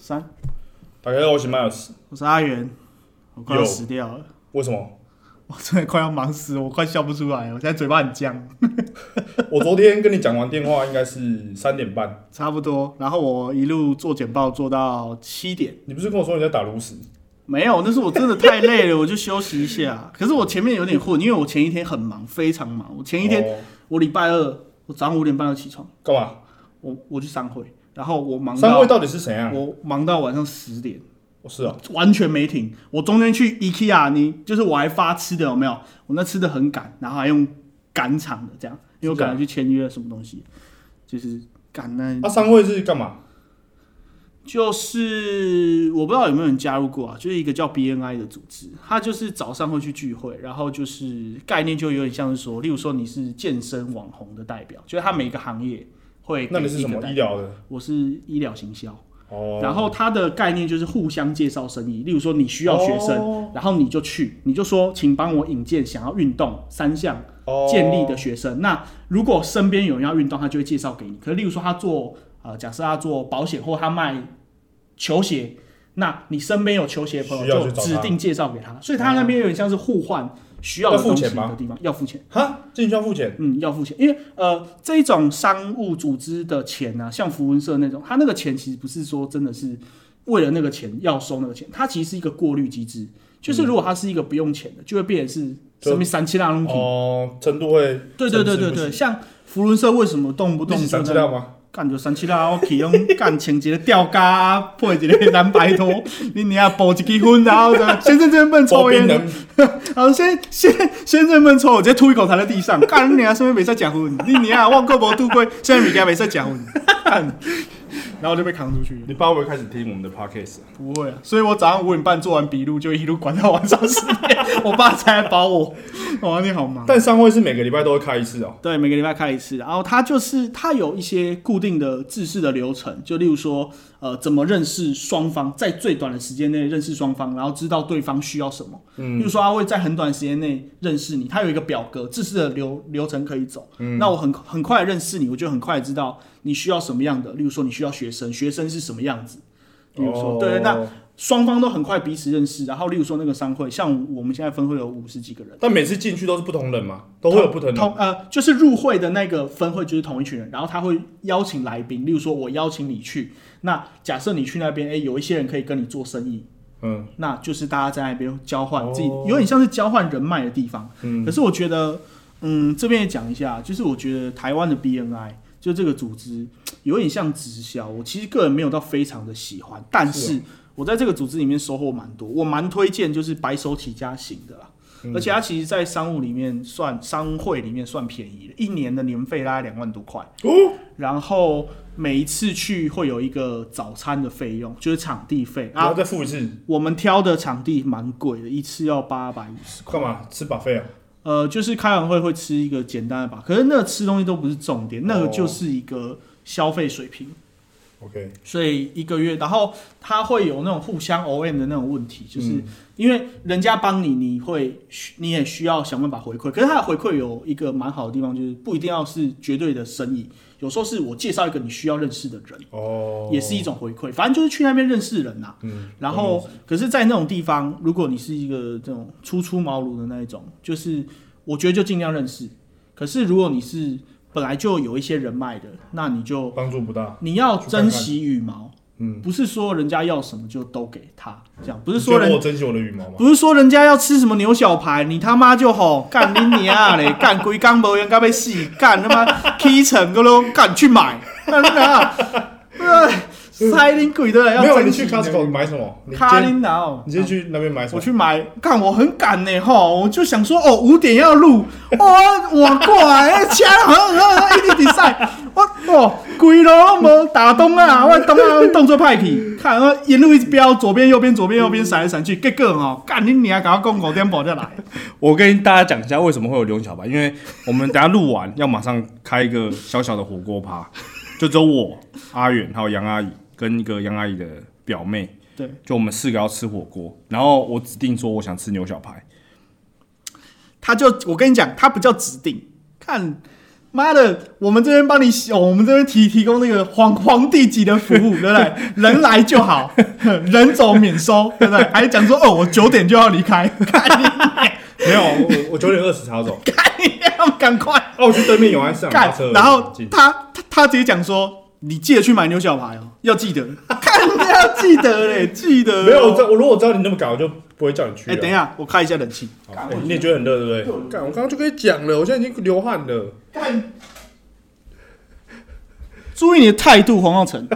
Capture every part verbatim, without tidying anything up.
三， 大家好，我是 Miles， 我是阿元，我快要死掉了。 为什么？ 我真的快要忙死了，我快笑不出来了，我现在嘴巴很僵。 我昨天跟你讲完电话应该是三点半， 差不多。然后我一路做简报做到七点。 你不是跟我说你在打炉石？ 没有，那是我真的太累了，我就休息一下。可是我前面有点混，因为我前一天很忙，非常忙。我前一天，哦、我礼拜二，我早上五点半就起床， 干嘛？ 我我去商会，然后我忙到商会到底是谁啊？ 我忙到晚上十点。 哦，是啊， 完全没停。我中间去 IKEA， 你就是我还发吃的有没有？我那吃的很赶，然后还用赶场的这样，因为我赶着去签约什么东西，就是赶那。 啊，商会是干嘛？ 就是我不知道有没有人加入过啊，就是一个叫 B N I 的组织，它就是早上会去聚会，然后就是概念就有点像是说，例如说你是健身网红的代表，就是它每个行业会。 那你是什么医疗的？ 我是医疗行销。 哦、 然后它的概念就是互相介绍生意，例如说你需要学生，哦、然后你就去，你就说请帮我引荐想要运动三项建立的学生。哦、那如果身边有人要运动，他就会介绍给你。可是例如说他做呃，假设他做保险或他卖球鞋，那你身边有球鞋的朋友就指定介绍给他，所以他那边有点像是互换需要的东西的地方，要付钱。 哈，进去要付钱？ 嗯，要付钱，因为呃，这一种商务组织的钱啊，像福文社那种，他那个钱其实不是说真的是为了那个钱要收那个钱，它其实是一个过滤机制，就是如果它是一个不用钱的，就会变成是什么三七大东西哦，程度会对对对对对，像福伦社为什么动不动你是三七大吗？ 干就三七啦，我起用干穿一个吊嘎，配一个蓝白拖，你你要补一支烟，然后先生这边不能抽烟，然后先先先生不能抽，我直接吐一口痰在地上，干你啊，身边没在讲烟，你你啊，我过无度过，现在物件没在讲烟，然后我就被扛出去。 你爸会不会开始听我们的 podcast？ 不会啊，所以我早上五点半做完笔录，就一路管到晚上十点，我爸才来保我。哇，你好忙。 但商会是每个礼拜都会开一次哦。 对，每个礼拜开一次，然后它就是它有一些固定的制式的流程，就例如说，呃，怎么认识双方，在最短的时间内认识双方，然后知道对方需要什么。嗯，例如说，他会在很短的时间内认识你，他有一个表格制式的流流程可以走。嗯，那我很很快认识你，我就很快知道你需要什么样的。例如说，你需要学生，学生是什么样子。例如说，哦、对，那双方都很快彼此认识。然后，例如说那个商会，像我们现在分会有五十几个人， 但每次进去都是不同人嘛，都会有不同人。 同呃，就是入会的那个分会就是同一群人，然后他会邀请来宾，例如说我邀请你去，那假设你去那边，哎，有一些人可以跟你做生意，嗯，那就是大家在那边交换自己，哦、有点像是交换人脉的地方。嗯，可是我觉得，嗯，这边也讲一下，就是我觉得台湾的 B N I 就这个组织有点像直销，我其实个人没有到非常的喜欢，但是我在这个组织里面收获蛮多，我蛮推荐就是白手起家型的啦。嗯、而且它其实，在商务里面算商会里面算便宜的，一年的年费大概两万多块。哦，然后每一次去会有一个早餐的费用，就是场地费。 然后再付一次。 我们挑的场地蛮贵的，一次要八百五十块。 干嘛吃 buffet 啊？ 呃，就是开完会会吃一个简单的吧，可是那个吃东西都不是重点，那个就是一个消费水平。 OK， 所以一个月，然后他会有那种互相 O M 的那种问题，就是因为人家帮你，你会你也需要想办法回馈。可是他的回馈有一个蛮好的地方，就是不一定要是绝对的生意，有时候是我介绍一个你需要认识的人，哦，也是一种回馈。反正就是去那边认识人呐、啊。嗯，然后可是，在那种地方，如果你是一个这种初出茅庐的那一种，就是我觉得就尽量认识。可是如果你是本来就有一些人脉的，那你就帮助不大。 你要珍惜羽毛，嗯，不是说人家要什么就都给他，这样不是说人我珍惜我的羽毛吗？ 不是说人家要吃什么牛小排，你他妈就吼干你娘嘞，干龟缸无用，该被死，干他妈七成个咯，干去买，干哪？塞林贵的要没有，你去 Costco 买什么？ 卡林岛， 你先去那边买什么？ 我去买，干我很赶呢吼，我就想说哦，五点要录，哇，我过来，车很很一直比赛，我哦，规路都无打东啊，我东啊动作派去，看我沿路一直飙，左边右边左边右边闪来闪去，结果哦，干你娘，赶快讲五点半再来。 我跟大家讲一下为什么会有刘小白，因为我们等一下录完要马上开一个小小的火锅趴，就只有我、阿远还有杨阿姨。跟一个杨阿姨的表妹， 对， 就我们四个要吃火锅，然后我指定说我想吃牛小排， 他就我跟你讲，他不叫指定，看妈的，我们这边帮你洗、哦，我们这边提提供那个皇皇帝级的服务，对不对？人来就好，人走免收，对不对？还讲说哦，我九点就要离开，看你没有，我我九点二十才要走， 看你赶快。 哦，我去对面永安市场搭车， 然后他他他直接讲说。你记得去买牛小排哦，要记得，看要记得嘞，记得、哦。 没有，我我如果知道你那么赶，我就不会叫你去。 哎、欸，等一下，我开一下冷气。 欸、你也觉得很热，对不对？干，我刚刚就跟你讲了，我现在已经流汗了。干， 注意你的态度，黄浩成。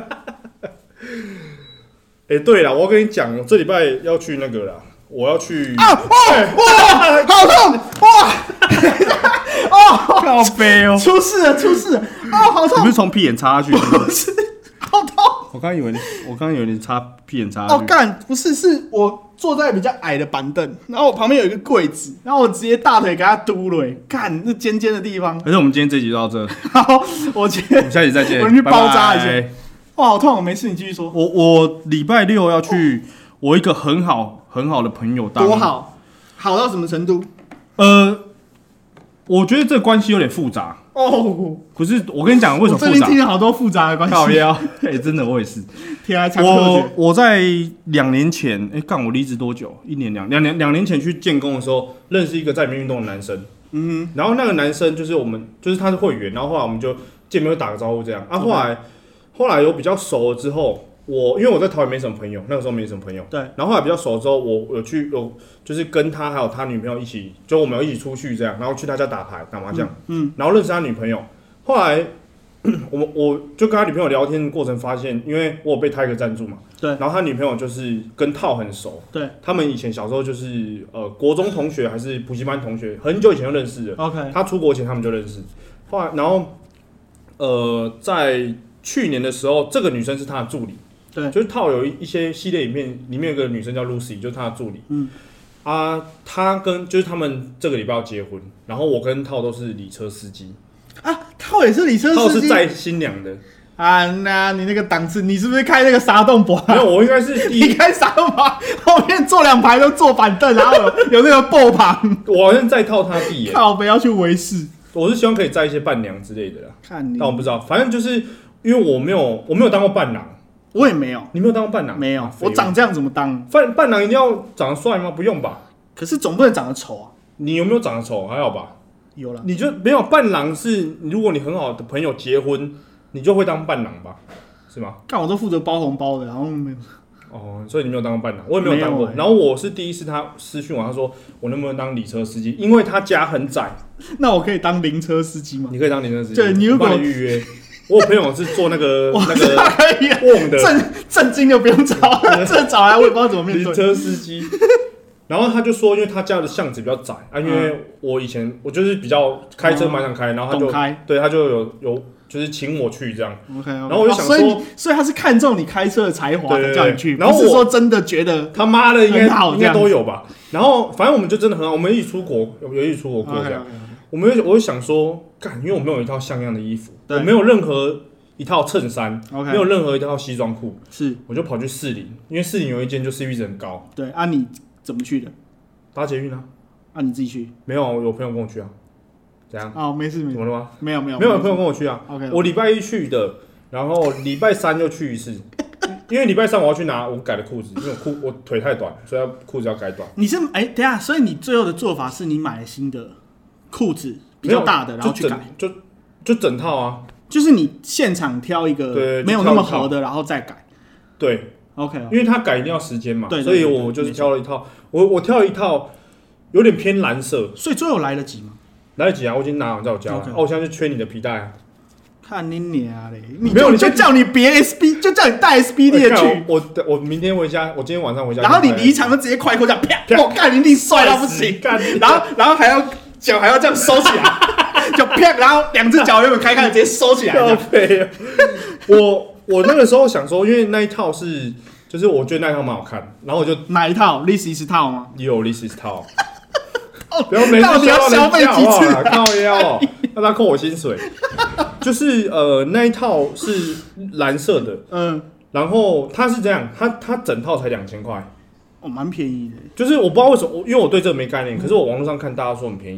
哎、欸，对了，我跟你讲，我这礼拜要去那个啦，我要去啊！哇、欸、哇，好痛！哇！哦， 靠背哦， 出事了，出事了！哦，好痛！ 你不是从屁眼插下去？ 不是，好痛！ 我刚以为你，我刚以为你插屁眼插下去。 哦，干，不是，是我坐在比较矮的板凳，然后我旁边有一个柜子，然后我直接大腿给他嘟了，干，那尖尖的地方。 可是我们今天这集就到这。 好，我今天我们下集再见。 我去包扎一下。 拜拜哇，好痛！没事，你继续说。 我我礼拜六要去我一个很好很好的朋友当。 多好？好到什么程度？ 呃。我觉得这关系有点复杂哦，可是我跟你讲为什么复杂？ 我最近听了好多复杂的关系。 靠腰，哎、欸，真的我也是。 天啊， 我我在两年前，哎、欸，干我离职多久？一年两两年两年前去建工的时候，认识一个在里面运动的男生。嗯哼，然后那个男生就是我们，就是他是会员，然后后来我们就见面就打个招呼这样。啊，后来、okay. 后来有比较熟了之后。我因为我在桃园没什么朋友，那个时候没什么朋友。 对。 然后后来比较熟之后，我有去有就是跟他还有他女朋友一起，就我们有一起出去这样，然后去他家打牌打麻将、嗯，嗯，然后认识他女朋友。后来我我就跟他女朋友聊天的过程发现，因为我有被他一个赞助嘛， 对。 然后他女朋友就是跟套很熟， 对。 他们以前小时候就是呃国中同学还是补习班同学，很久以前就认识了。 OK。 他出国前他们就认识，后来然后呃在去年的时候，这个女生是他的助理。 对， 就是套有一些系列影片，里面有个女生叫 Lucy， 就是她的助理。嗯，啊，她跟就是他们这个礼拜要结婚，然后我跟套都是礼车司机。 啊，套也是礼车司机？ 套是载新娘的。 啊，那你那个档次，你是不是开那个沙洞博、啊？ 没有，我应该是第一你开沙洞博，后面坐两排都坐板凳，然后有有那个布旁。 我好像在套他弟耶。 靠北要去维士。 我是希望可以载一些伴娘之类的啦。 看你， 但我不知道，反正就是因为我没有我没有当过伴郎。 我也没有， 你没有当过伴郎？ 没有，我长这样怎么当？ 伴伴郎一定要长得帅吗？不用吧。 可是总不能长得丑啊。 你有没有长得丑？还好吧。 有了。 你就没有伴郎是，如果你很好的朋友结婚，你就会当伴郎吧？是吗？ 干，我都负责包红包的，然后没有。 哦，所以你没有当过伴郎，我也没有当过。欸、然后我是第一次他私讯我，他说我能不能当礼车司机，因为他家很窄。 那我可以当灵车司机吗？ 你可以当灵车司机。 对，你如果帮你预约。我有朋友是做那个那个可以、啊、 瓮的， 正正经就不用找，这找来我也不知道怎么面对。 灵车司机，然后他就说，因为他家的巷子比较窄啊，因为我以前我就是比较开车蛮想开，然后他就对他就有有就是请我去这样。 OK，, okay 然后我就想说， 哦、所以所以他是看中你开车的才华才叫你去， 然后不是说真的觉得他妈的应该应该都有吧。然后反正我们就真的很好，我们一起出国，有一起出国过这样。Okay, okay, okay. 我们我就想说，干，因为我没有一套像样的衣服，我没有任何。一套衬衫， okay, 没有任何一套西装裤， 是， 我就跑去士林，因为士林有一间就 C P 值很高。 对啊，你怎么去的？ 搭捷运啊。 啊，你自己去？ 没有，有朋友跟我去啊。怎样？ 哦，没事没事。 怎么了吗？ 没有没有， 没有朋友跟我去啊。 OK， 我礼拜一去的，然后礼拜三又去一次，因为礼拜三我要去拿我改的裤子，因为我裤我腿太短，所以裤子要改短。 你是哎、欸，等一下，所以你最后的做法是你买了新的裤子，比较大的，然后去改， 就就整套啊。 就是你现场挑一个没有那么合的，然后再改。 对 ，OK， 因为他改一定要时间嘛， 对， 所以我就是挑了一套，我我挑了一套有点偏蓝色， 所以最后来得及吗？ 来得及啊，我已经拿好在我家了。哦，我现在就缺你的皮带啊。 看你娘嘞！你没有，你就叫你别 S B， 就叫你带 S B D 的去。 我我明天回家，我今天晚上回家。 然后你离场就直接快扣这样啪，我干，你一定帅到不行。然后然后还要脚还要这样收起来。就啪，然后两只脚原本开开的，直接收起来。我我那个时候想说，因为那一套是，就是我觉得那一套蛮好看，然后我就哪一套 ？This is 套吗？ 有 This is 套。 哦， 不要每次到底要消费几次？ 靠腰，让他扣我薪水。就是呃，那一套是蓝色的，嗯，然后它是这样，它它整套才两千块， 哦，蛮便宜的。 就是我不知道为什么，因为我对这个没概念，可是我网络上看大家说很便宜。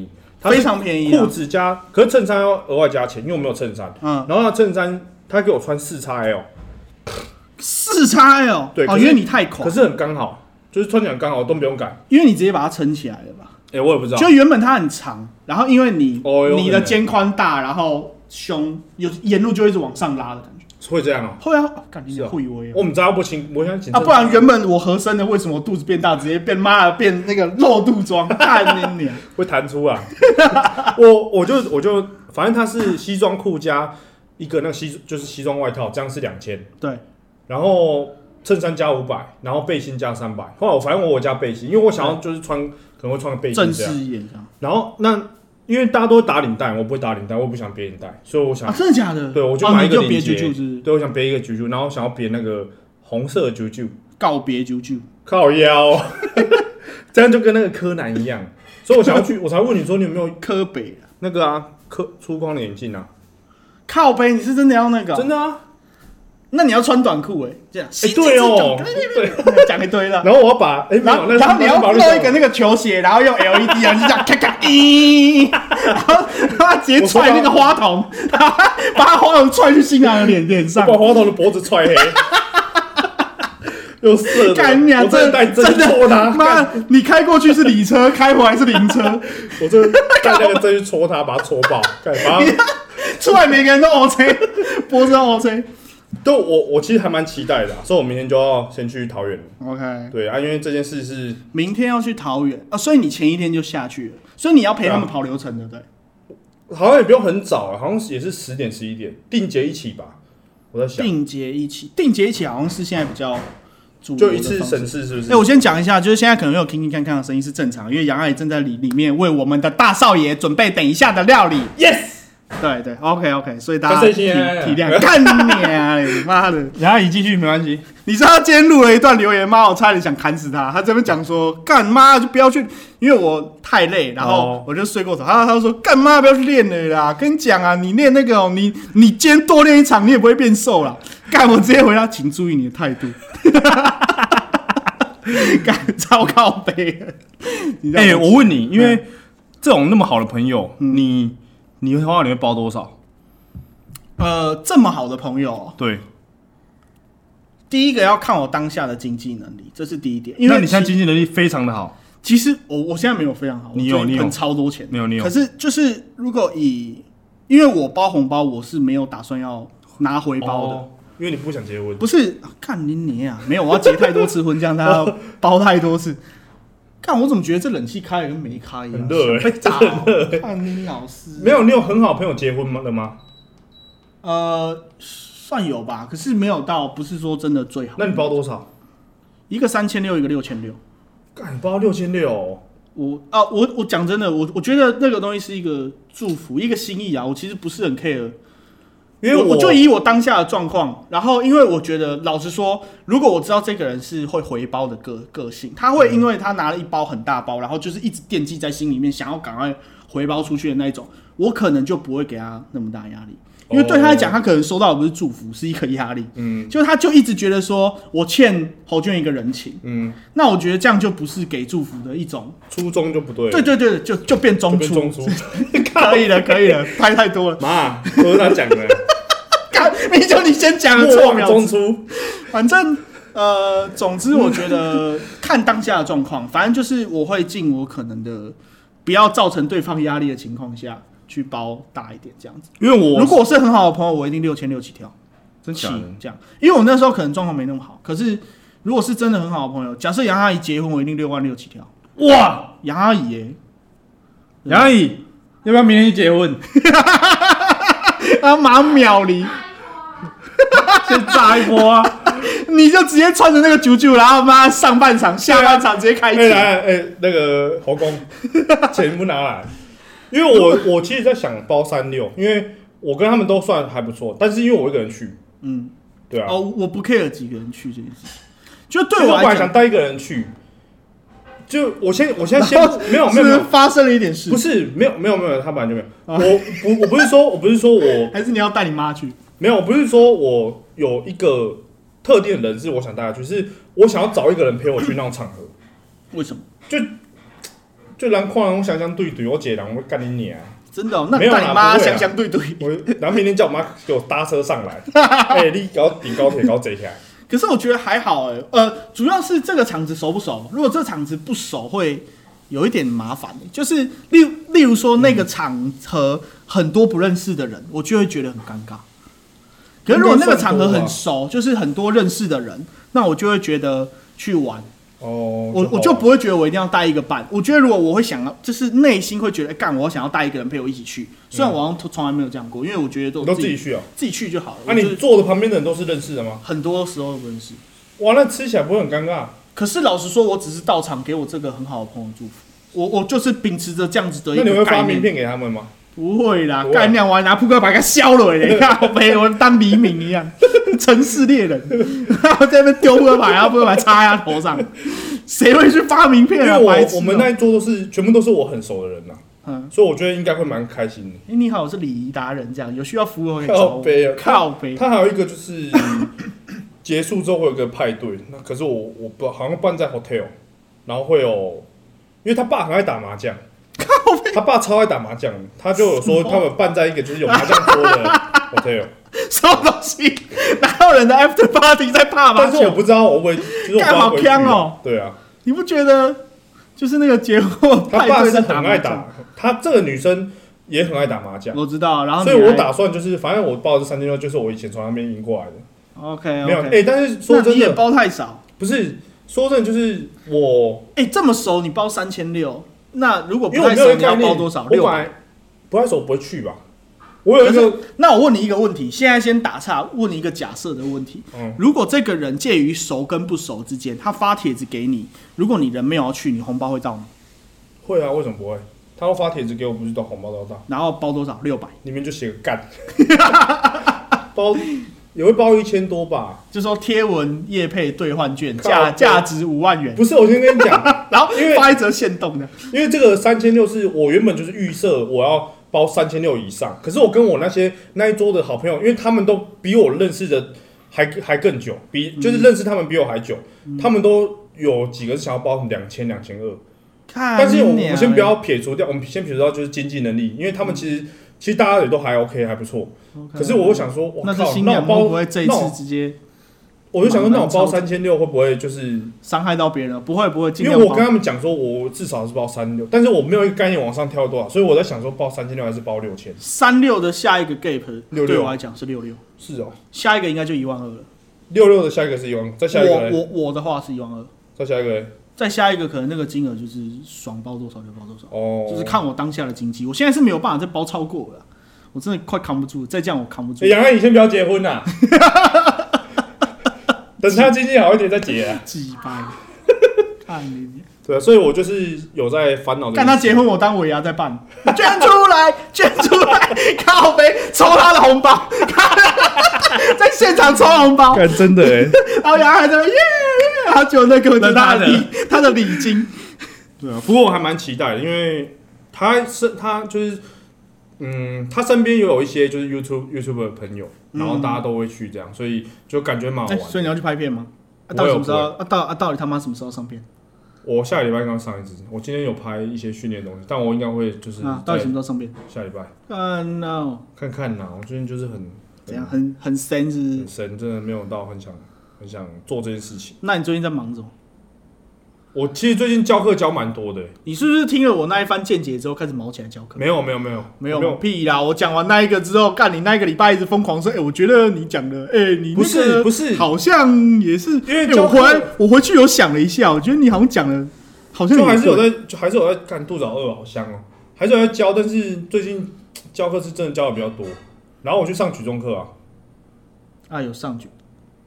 非常便宜、啊。 裤子加，可是衬衫要额外加钱，因为我没有衬衫。嗯，然后那衬衫他给我穿四 X L， 四 X L， 对， 哦，因为你太宽， 可是很刚好，就是穿起来很刚好，都不用改， 因为你直接把它撑起来了吧？ 哎、欸，我也不知道， 就原本它很长，然后因为你、 哦、 你的肩宽大，然后胸有沿路就一直往上拉的感觉。 会这样哦、 喔，会啊，感觉会以为我们知道不清，我想请啊，不然原本我合身的，为什么肚子变大，直接变妈的变那个露肚装，看你会弹出啊！我我就我就反正它是西装裤加一个那个西就是西装外套，这样是两千， 对， 然后衬衫加五百，然后背心加三百。后来我反正我有加背心，因为我想要就是穿可能会穿个背心正式一点这样。 然后那。因为大家都会打领带，我不会打领带，我也不想别领带，所以我想啊，真的假的？ 对，我就买一个领结， 哦、 对，我想别一个啾啾，然后想要别那个红色的啾啾， 告别啾啾， 靠腰，这样就跟那个柯南一样，所以我想要去，我才问你说你有没有柯北那个啊，柯粗框的眼镜啊？ 靠北，你是真的要那个、喔？ 真的啊。 那你要穿短裤哎、欸，这样哎、欸、对哦， 对，讲一堆了。 然后我要把哎， 然后然后你要弄一个那个球鞋，然后用 L E D 啊，就这样咔咔咦，然后他直接踹那个花筒，把他花筒踹去新郎的脸脸上， 把花筒的脖子踹黑，又射的， 干你啊！ 真的真的戳他， 妈，你开过去是礼车，开回来是灵车， 我真的带那个针去戳他，把他戳爆，干把他出来每个人都 O C， 脖子都 O C。 都我我其实还蛮期待的、啊，所以我明天就要先去桃园。 OK， 对啊，因为这件事是明天要去桃园啊，所以你前一天就下去了，所以你要陪他们跑流程的，对？ 好像也不用很早、啊，好像也是十点十一点，定节一起吧。我在想， 定节一起，定节一起好像是现在比较主就一次审视，是不是？ 哎、欸，我先讲一下，就是现在可能有听听看看的声音是正常，因为杨阿姨正在里里面为我们的大少爷准备等一下的料理。 Yes。 对对 ，OK OK， 所以大家体体谅，干你啊！妈的， 然后你继续没关系。 你知道他今天录了一段留言吗？我差点想砍死他。他这边讲说，干妈就不要去，因为我太累，然后我就睡过头。他他说干妈不要去练了啦，跟你讲啊，你练那个、喔，你你今天多练一场，你也不会变瘦啦。干，我直接回答，请注意你的态度。干，超靠北。 哎、欸，我问你，因为这种那么好的朋友，嗯、你。你花你会包多少？ 呃，这么好的朋友， 对， 第一个要看我当下的经济能力，这是第一点。因为那你现在经济能力非常的好。 其实我我现在没有非常好， 你有你有超多钱， 没有你有。 可是就是如果以，因为我包红包，我是没有打算要拿回包的，哦、 因为你不想结婚。 不是，看你你啊，没有，我要结太多次婚，这样他要包太多次。看我怎么觉得这冷气开的跟没开一样， 很热、欸， 被打、喔。看你老师， 没有，你有很好的朋友结婚了吗？ 呃，算有吧，可是没有到，不是说真的最好。 那你包多少？ 一个三千六，一个六千六。 干，你包六千六？ 我啊，我我讲真的，我我觉得那个东西是一个祝福，一个心意啊。我其实不是很 care。因为 我, 我就以我当下的状况，然后因为我觉得，老实说，如果我知道这个人是会回包的个个性，他会因为他拿了一包很大包，然后就是一直惦记在心里面，想要赶快回包出去的那一种，我可能就不会给他那么大压力，因为对他来讲，他可能收到的不是祝福，是一个压力。嗯，就他就一直觉得说我欠侯娟一个人情，嗯，那我觉得这样就不是给祝福的一种初衷就不对了。 对对对，就就变中出， 中出可以了，可以了，拍太多了。 妈，都是他讲的。 你就你先讲了错秒中出， 反正呃，总之我觉得看当下的状况，反正就是我会尽我可能的，不要造成对方压力的情况下去包大一点这样子。 因为我如果我是很好的朋友，我一定六千六起跳， 真假的这样。因为我那时候可能状况没那么好，可是如果是真的很好的朋友，假设杨阿姨结婚，我一定六万六起跳。哇，杨阿姨耶， 杨阿姨要不要明天去结婚？ 他马上秒离。 先炸一波啊！ 你就直接穿着那个啾啾，然后妈上半场、下半场直接开始。哎哎，那个侯公，钱不拿来，因为我我其实在想包三六，因为我跟他们都算还不错，但是因为我一个人去，嗯，对啊， 哦，我不 care 几个人去这件事情，就对我来讲， 我本来想带一个人去，就我先我现在先没有没有没有发生了一点事， 不是没有没有没有，他本来就没有，我不我不是说我不是说我， 还是你要带你妈去。 没有，不是说我有一个特定的人是我想带他去，是我想要找一个人陪我去那种场合。 为什么？ 就就人看人相相对对，我一个人我干你娘！ 真的、哦，那带你妈相相对对。 我然后明天叫我妈给我搭车上来，哎、欸，你给我顶高铁给我坐起来。 可是我觉得还好哎、欸，呃，主要是这个场子熟不熟？如果这个场子不熟，会有一点麻烦、欸。就是例例如说那个场合很多不认识的人，我就会觉得很尴尬。可是如果那个场合很熟，就是很多认识的人，那我就会觉得去玩。哦，我我就不会觉得我一定要带一个伴。我觉得如果我会想要，就是内心会觉得，干、欸，我想要带一个人陪我一起去。虽然我好像从来没有这样过，因为我觉得都都自己去啊， 自己去就好了。 那、啊、你坐的旁边的人都是认识的吗？ 很多时候都不认识。 哇，那吃起来不会很尴尬？ 可是老实说，我只是到场给我这个很好的朋友祝福。我我就是秉持着这样子的一个概念。 那你会发名片给他们吗？ 不会啦，干掉我还拿扑克牌给他削了嘞，靠北，我当黎明一样，城市猎人，我在那边丢扑克牌，然后扑克牌插在他头上，谁会去发名片啊？ 因为我我们那一桌都是全部都是我很熟的人呐、啊，嗯，所以我觉得应该会蛮开心的。 哎、欸，你好，我是礼仪达人，这样有需要服务可以找我。靠北啊， 靠北。 他还有一个就是结束之后会有个派对，那可是我我不好像办在 hotel， 然后会有，因为他爸很爱打麻将。他爸超爱打麻将，他就有说他们办在一个就是有麻将桌的 hotel。 什么东西？哪有人的 after party 在打麻将？ 但是我不知道我会，就是我干好呛哦。 对啊， 你不觉得就是那个结婚他爸是很爱打，他这个女生也很爱打麻将。 我知道，然后所以我打算就是，反正我报的这三千六就是我以前从那边赢过来的。 OK，, okay. 没有哎、欸，但是说真的， 你也包太少。 不是说真的，就是我哎、欸、这么熟，你包三千六。那如果不太熟，你要包多少？六百。 不太熟不会去吧？我有一个， 那我问你一个问题，现在先打岔，问你一个假设的问题。嗯，如果这个人介于熟跟不熟之间，他发帖子给你，如果你人没有要去，你红包会到吗？ 会啊，为什么不会？他会发帖子给我，不是到红包都到？ 然后包多少？六百， 里面就写个干，包。也会包一千多吧， 就说贴文业配兑换券，价价值五万元。 不是，我先跟你讲， 然后因为发一则限动的， 因为这个三千六是我原本就是预设我要包三千六以上，可是我跟我那些那一桌的好朋友，因为他们都比我认识的还还更久，比就是认识他们比我还久，嗯、他们都有几个是想要包两千两千二，但是我们先不要撇除掉，我们先撇除掉就是经济能力，因为他们其实。嗯其实大家也都还 OK， 还不错。Okay, 可是我会想说，我靠，那我包会不会这一次直接？ 我就想说，那我包三千六会不会就是伤害到别人？不会，不会。 因为我跟他们讲说，我至少是包三六，但是我没有一个概念往上跳多少，所以我在想说，包三千六还是包六千？ 三六的下一个 gap 对我来讲是六六， 是哦， 下一个应该就一万二了。 六六的下一个是一万，再下一个我我我的话是一万二， 再下一个。 再下一个可能那个金额就是爽包多少就包多少，哦，就是看我当下的经济。我现在是没有办法再包超过了。我真的快扛不住，再这样我扛不住。 杨安，你先不要结婚呐、啊，等他经济好一点再结啊。 鸡掰，看你。 对啊，所以我就是有在烦恼。 看他结婚，我当尾牙在办，捐出来，捐出来，靠北抽他的红包，在现场抽红包， 真的哎、欸。 然后杨安还在那耶耶，然后就那个就是他的礼，他的礼金。 对啊，不过我还蛮期待的，因为他是他就是。嗯，他身边也有一些就是 YouTube YouTube 的朋友，然后大家都会去这样，所以就感觉蛮好玩、欸。 所以你要去拍片吗？啊、到底什么时候？啊、到啊到底他妈什么时候上片？ 我下礼拜刚上一支，我今天有拍一些训练东西，但我应该会就是啊，到底什么时候上片？ 下礼拜。 啊、uh, no！ 看看呐，我最近就是很怎样，很很深是不是？ 很深，真的没有到很想很想做这件事情。 那你最近在忙什么？ 我其实最近教课教蛮多的、欸， 你是不是听了我那一番见解之后开始毛起来教课？ 没有没有没有没有没有屁啦！我讲完那一个之后，干你那一个礼拜一直疯狂说，哎、欸，我觉得你讲的，哎、欸，你、那個、 不是不是， 好像也是，因为、欸、我回来我回去有想了一下，我觉得你好像讲的，好像就还是有在，就还是有在干肚子好饿，好香哦、喔，还是有在教，但是最近教课是真的教的比较多，然后我去上举重课啊， 啊有上举，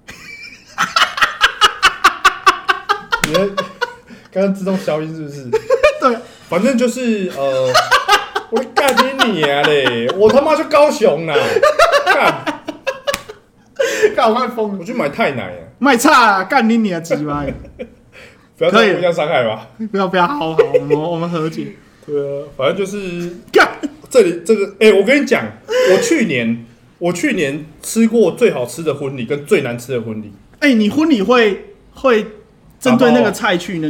你在。刚刚自动消音是不是？ 对， 反正就是呃，我干你娘嘞！我他妈去高雄啦，干， 干我快疯了！ 我去买泰奶啊， 卖差干你娘鸡巴！ 不要再互相伤害吧！ 不要不要，好好，我们我们和解。 对啊，反正就是干这里这个，哎、欸，我跟你讲，我去年我去年吃过最好吃的婚礼跟最难吃的婚礼。 哎、欸，你婚礼会会针对那个菜去那个、喔？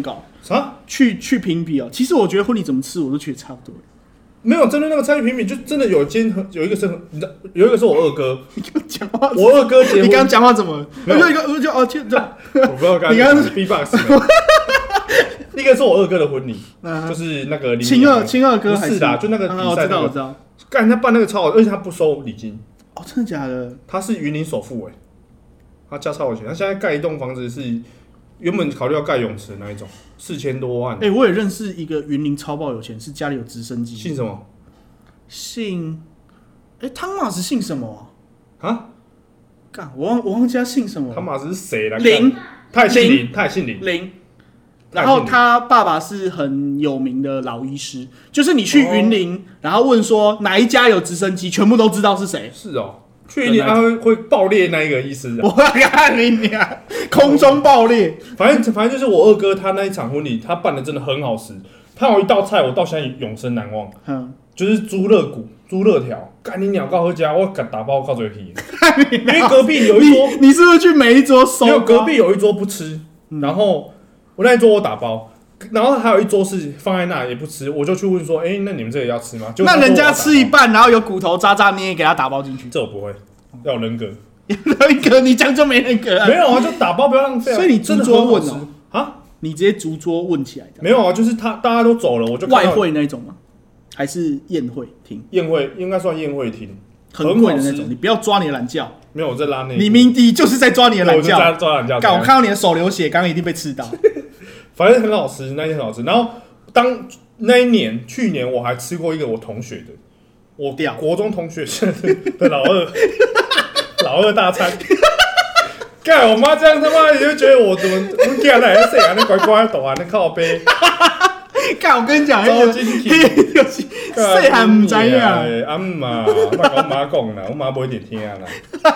啥？ 去去评比哦。其实我觉得婚礼怎么吃，我都觉得差不多。 没有针对那个菜去评比，就真的有今天有一个是，你知道，有一个是我二哥。 你刚讲话， 我二哥结婚， 你刚刚讲话怎么？没有一个，我就哦，就这， 我不知道刚你刚刚是 B-box。一个是我二哥的婚礼，就是那个亲二亲二哥还是的，就那个比赛、那个。 我知道，我知道。 干他办那个超好，而且他不收礼金。 哦，真的假的？ 他是云林首富哎、欸，他家超有钱。他现在盖一栋房子是原本考虑要盖泳池的那一种，四千多万。 哎、欸，我也认识一个云林超爆有钱，是家里有直升机。 姓什么？ 姓哎，汤马斯姓什么啊？啊？ 干，我忘我忘记他姓什么。 汤马斯是谁来？ 林， 他也姓林，他也姓林。 林。然后他爸爸是很有名的老医师，就是你去云林，哦、然后问说哪一家有直升机，全部都知道是谁。 是哦，去云林他会会爆裂那一个医师、啊。 我看你俩空中爆裂， 反正反正就是我二哥他那一场婚礼，他办的真的很好吃。他有一道菜我到现在永生难忘，嗯，就是猪肋骨、猪肋条。干你鸟告回家，我敢打包靠嘴皮。因为隔壁有一桌， 你, 你是不是去每一桌收？ 因为隔壁有一桌不吃，嗯、然后。我那一桌我打包，然后还有一桌是放在那也不吃，我就去问说，哎、欸，那你们这个要吃吗？ 那人家吃一半，然后有骨头渣渣，你也给他打包进去？ 这我不会，要有人格。 人格，你讲就没人格啊？ 没有啊，就打包不要浪费、啊。 所以你逐桌问哦、 喔、啊？ 你直接逐桌问起来的？ 没有啊，就是他大家都走了，我就外汇那种吗？还是宴会厅？ 宴会应该算宴会厅， 很贵的那种。你不要抓你的懒觉。 没有，我在拉那。 你明迪就是在抓你的懒觉， 抓抓懒觉。 干，我看到你的手流血，刚刚一定被刺到。 反正很好吃，那一天很好吃。然后当那一年，去年我还吃过一个我同学的，我国中同学的老二，老二大餐。干，我妈这样他妈你就觉得我怎么我家来谁啊？那乖乖抖啊，那靠背。 干，我跟你讲， 超精气， 细汉唔知啊。 阿妈，我跟我妈讲啦，我妈不一定听啦。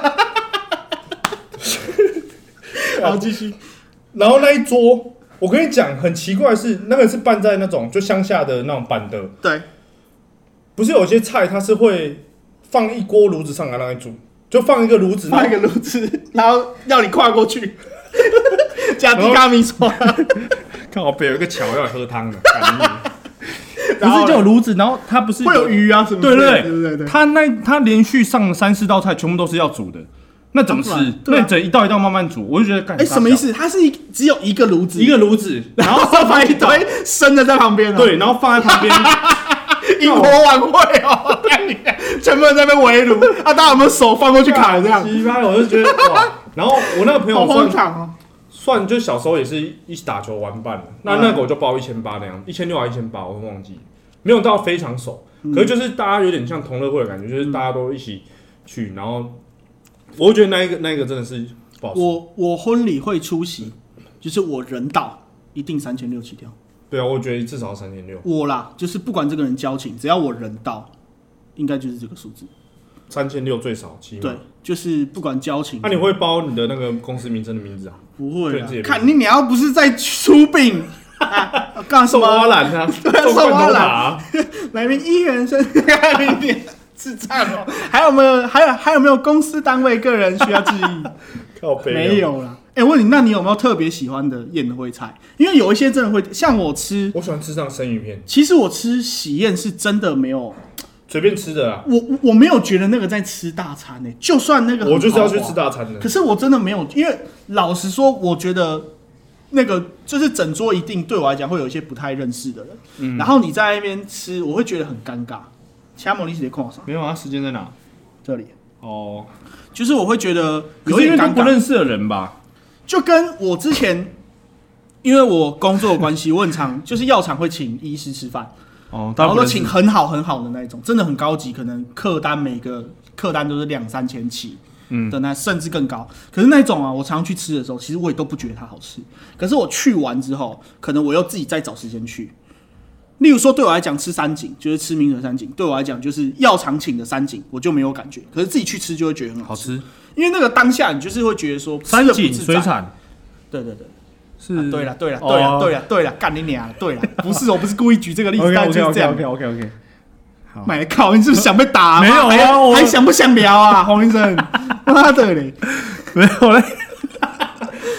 好，继续。 然后那一桌。我跟你讲，很奇怪的是，那个是办在那种就乡下的那种板的，对，不是有些菜它是会放一锅炉子上来让你煮，就放一个炉子， 放一个炉子，然后要你跨过去，加低咖米刷， 看我背有一个桥要喝汤的，不是就有炉子，然后它不是会有鱼啊什么， 对对对对对， 它那它连续上三四道菜，全部都是要煮的。那怎么吃？那你整一道一道慢慢煮，我就觉得干。 哎，什么意思？它是一只有一个炉子， 一个炉子， 然后放一堆生的在旁边。 对，然后放在旁边， 萤火晚会哦，全部人在那边围炉啊！大家有没有手放过去砍这样？ 奇葩，我就觉得哇。然后我那个朋友好荒唐哦， 算就小时候也是一起打球玩伴的，那那个我就包一千八那样，一千六还一千八，我会忘记，没有到非常熟，可是就是大家有点像同乐会的感觉，就是大家都一起去，然后。我觉得那一个那一个真的是不好吃。 我我婚礼会出席，就是我人到一定三千六起跳。 对啊，我觉得至少三千六。 我啦，就是不管这个人交情，只要我人到，应该就是这个数字。 三千六最少，起码。 对，就是不管交情。 那、啊、你会包你的那个公司名称的名字啊？ 不会啊。看你，你要不是在出殡，干、啊、什么？ 送花篮啊， 对，送花篮。来宾一人生，智障哦！还有没有？还有还有没有公司单位个人需要致意？ 靠北没有啦。哎、欸，问你，那你有没有特别喜欢的宴会菜？因为有一些真的会，像我吃， 我喜欢吃这样生鱼片。 其实我吃喜宴是真的没有随便吃的啊。 我我没有觉得那个在吃大餐呢、欸，就算那个我就是要去吃大餐的。 可是我真的没有，因为老实说，我觉得那个就是整桌一定对我来讲会有一些不太认识的人，嗯、然后你在那边吃，我会觉得很尴尬。其他模拟直接看我上， 没有啊，时间在哪？ 这里哦， 就是我会觉得有点尴尬， 不认识的人吧。 就跟我之前，因为我工作的关系，我很常就是药厂会请医师吃饭，哦，然后都请很好很好的那一种，真的很高级，可能客单每个客单都是两三千起，嗯的那甚至更高。可是那种啊，我常常去吃的时候，其实我也都不觉得它好吃。可是我去完之后，可能我又自己再找时间去。例如说，对我来讲吃三井就是吃明和三井，对我来讲就是药厂请的三井，我就没有感觉。可是自己去吃就会觉得很好吃，好吃因为那个当下你就是会觉得说三井水产， 对对对， 是， 啊、对了对了对了对了对了，干你娘了，对了，不是我不是故意举这个例子，但就是这样。 OK OK OK， 好，买靠，你是不是想被打、啊？ 没有啊， 还, 还想不想聊啊，黄医生？妈的嘞， 没有嘞。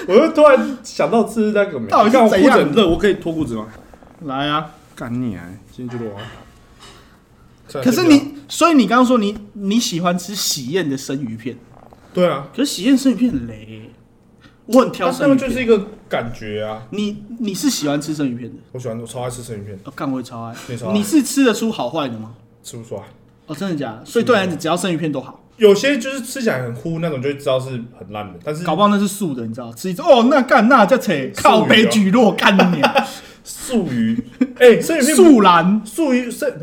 我就突然想到吃那个， 到底是怎样？ 裤子很热，我可以脱裤子吗？ 来啊， 干你啊！今天就裸啊。 可是你，所以你刚刚说你你喜欢吃喜宴的生鱼片， 对啊。 可是喜宴生鱼片很雷、欸，我很挑生鱼片， 那就是一个感觉啊。 你你是喜欢吃生鱼片的？ 我喜欢，我超爱吃生鱼片。 哦，干我也超爱。 你超爱？ 你是吃得出好坏的吗？ 吃不出来。 哦，真的假的？所以对你只要生鱼片都好。 有些就是吃起来很糊那种，就知道是很烂的，但是搞不好那是素的，你知道？吃一次哦，那干那叫扯靠北举落干你啊！ 素鱼，哎、欸，生鱼片素兰素鱼生。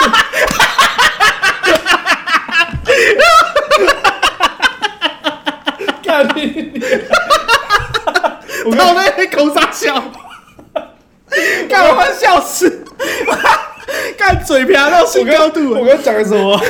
干你！ 我靠，那边口傻笑，干我快笑死！干嘴瓢到新高度。 我刚讲的什么？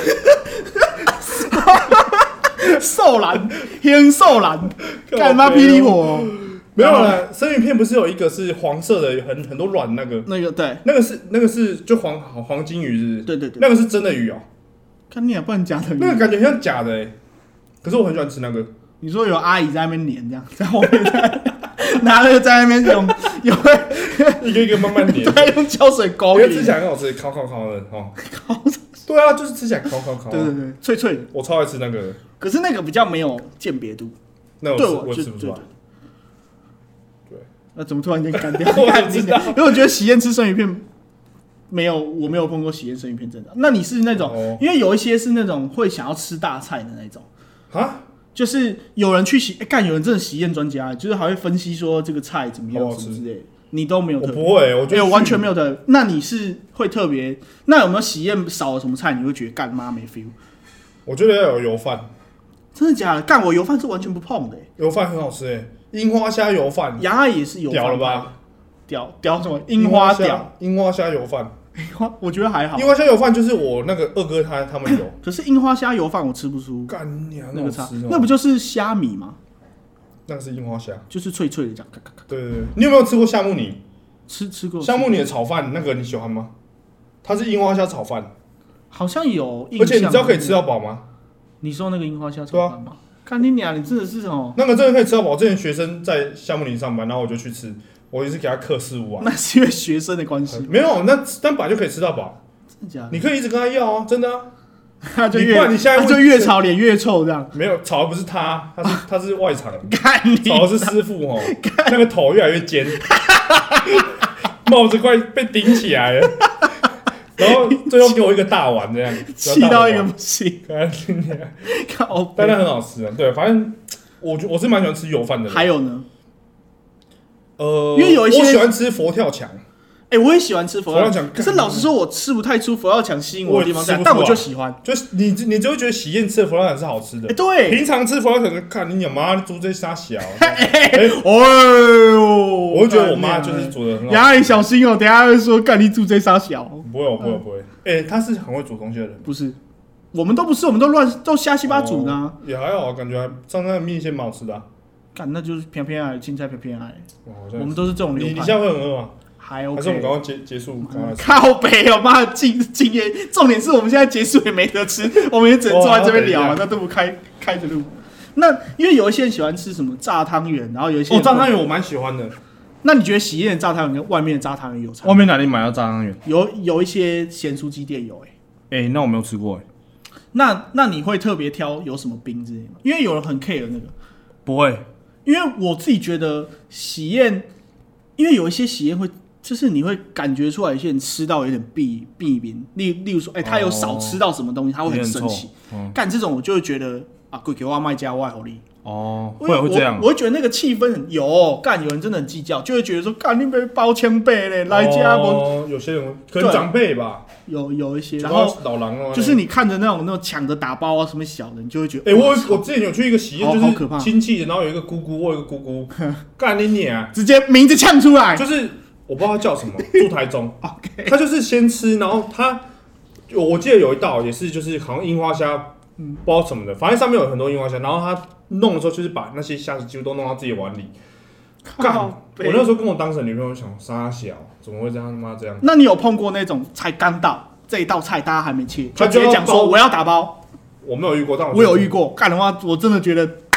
寿兰，黑寿兰，干妈霹雳火、哦。 没有啦，生鱼片不是有一个是黄色的，很很多卵那个。 那个对， 那个是那个是就黄黄金鱼是不是？ 对对对， 那个是真的鱼哦、喔。 看你也不能假的鱼。 那个感觉像假的哎、欸，可是我很喜欢吃那个。 你说有阿姨在那边黏这样，在后面拿那个在那边用用一个一个慢慢黏， 对，用胶水勾。 因为吃起来很好吃，烤烤烤的哦。 烤。 对啊，就是吃起来烤烤烤。 对对对，脆脆的。 我超爱吃那个。 可是那个比较没有鉴别度。 那我吃我吃不出来。对。 那怎么突然间干掉？我不知道，因为我觉得喜宴吃生鱼片没有，我没有碰过喜宴生鱼片真的。那你是那种，哦、因为有一些是那种会想要吃大菜的那种啊。就是有人去洗，干、欸、有人真的喜宴专家，就是还会分析说这个菜怎么样什么之类的，你都没有特别。 我不会，我觉得、 欸、完全没有的。那你是会特别？那有没有喜宴少了什么菜，你会觉得干妈没 feel？ 我觉得要有油饭。 真的假的？干我油饭是完全不碰的、欸。 油饭很好吃哎、欸，樱花虾油饭。 杨阿也是油饭。 屌了吧？ 屌屌什么？樱花屌。 樱花虾油饭。 我觉得还好。 樱花虾油饭就是我那个二哥他他们有， 可是樱花虾油饭我吃不出。 干娘那个差，那不就是虾米吗？ 那个是樱花虾， 就是脆脆的这样。 对对对，你有没有吃过夏目尼？ 吃吃过。 夏目尼的炒饭那个你喜欢吗？它是樱花虾炒饭， 好像有印象。 而且你知道可以吃到饱吗？ 你说那个樱花虾炒饭吗？看你俩，你真的是哦。 那个真的可以吃到饱。之前学生在夏目尼上班，然后我就去吃。我也是给他克四五啊， 那是因为学生的关系。 没有，那但本来就可以吃到饱。 真的假的？ 你可以一直跟他要啊，真的啊。 他就越你不然你现在他就越炒脸越臭这样。 没有炒的不是他，他是他是外场， 干你炒的是师傅哦。那个头越来越尖，帽子快被顶起来了。然后最后给我一个大碗这样， 气到一个不行。 靠，但那很好吃啊。对，反正我我是蛮喜欢吃油饭的。 还有呢？ 呃， 因为有一些我喜欢吃佛跳墙， 哎、欸，我也喜欢吃佛跳墙， 墙。 可是老实说，我吃不太出佛跳墙吸引我的地方在，但我就喜欢。 就是你，你就会觉得喜宴吃的佛跳墙是好吃的。 哎、欸，对， 平常吃佛跳墙就看你妈煮这沙小。 哎、欸，哦， 我就觉得我妈就是煮的很好吃。 呀，你小心哦、喔，等一下会说干你煮这沙小。 不会，我不会，不会。哎、欸，他是很会煮东西的人。 不是，我们都不是，我们都乱都瞎七八煮呢、啊哦。也还好，感觉上那个面线蛮好吃的、啊。 干，那就是偏偏爱青菜偏偏爱， 哦、 我们都是这种流派。 你你现在会很饿吗？ 还 OK， 还是我们赶快结结束？ 嗯、靠北哦，妈的，今今天重点是我们现在结束也没得吃，我们也只能坐在这边聊啊，那都不开开着录。那因为有一些人喜欢吃什么炸汤圆，然后有一些哦炸汤圆我蛮喜欢的。 那你觉得喜宴的炸汤圆跟外面的炸汤圆有差？ 外面哪里买到炸汤圆？ 有有一些咸酥鸡店有哎、 欸，哎、欸，那我没有吃过哎、欸。 那那你会特别挑有什么冰之类吗？因为有人很 care 那个。 不会。 因为我自己觉得喜宴，因为有一些喜宴会，就是你会感觉出来，有些人吃到有点避避免，例例如说，哎、欸，他有少吃到什么东西，他会很生气。干、嗯、这种我就会觉得啊，贵给我卖家外好利。 哦，会会这样。 我会觉得那个气氛很有干，有人真的很计较，就会觉得说，干你被包千倍嘞，来家我。 哦，有些人可能长辈吧。 有有一些，然后老狼哦， 就是你看着那种那种抢着打包啊什么小的，你就会觉得， 哎、欸，我我之前有去一个喜宴，就是怕亲戚的，然后有一个姑姑，我有一个姑姑，干你娘， 直接名字呛出来， 就是我不知道他叫什么，住台中， okay. 他就是先吃，然后他，我记得有一道也是就是好像樱花虾，嗯，不知道什么的，反正上面有很多樱花虾，然后他弄的时候就是把那些虾子几乎都弄到自己的碗里。干！我那时候跟我当时的女朋友想，傻小怎么会这样他妈这样？ 那你有碰过那种才刚到这一道菜大家还没切，就直接讲说我要打包？ 我没有遇过，但我我有遇过。干的话，我真的觉得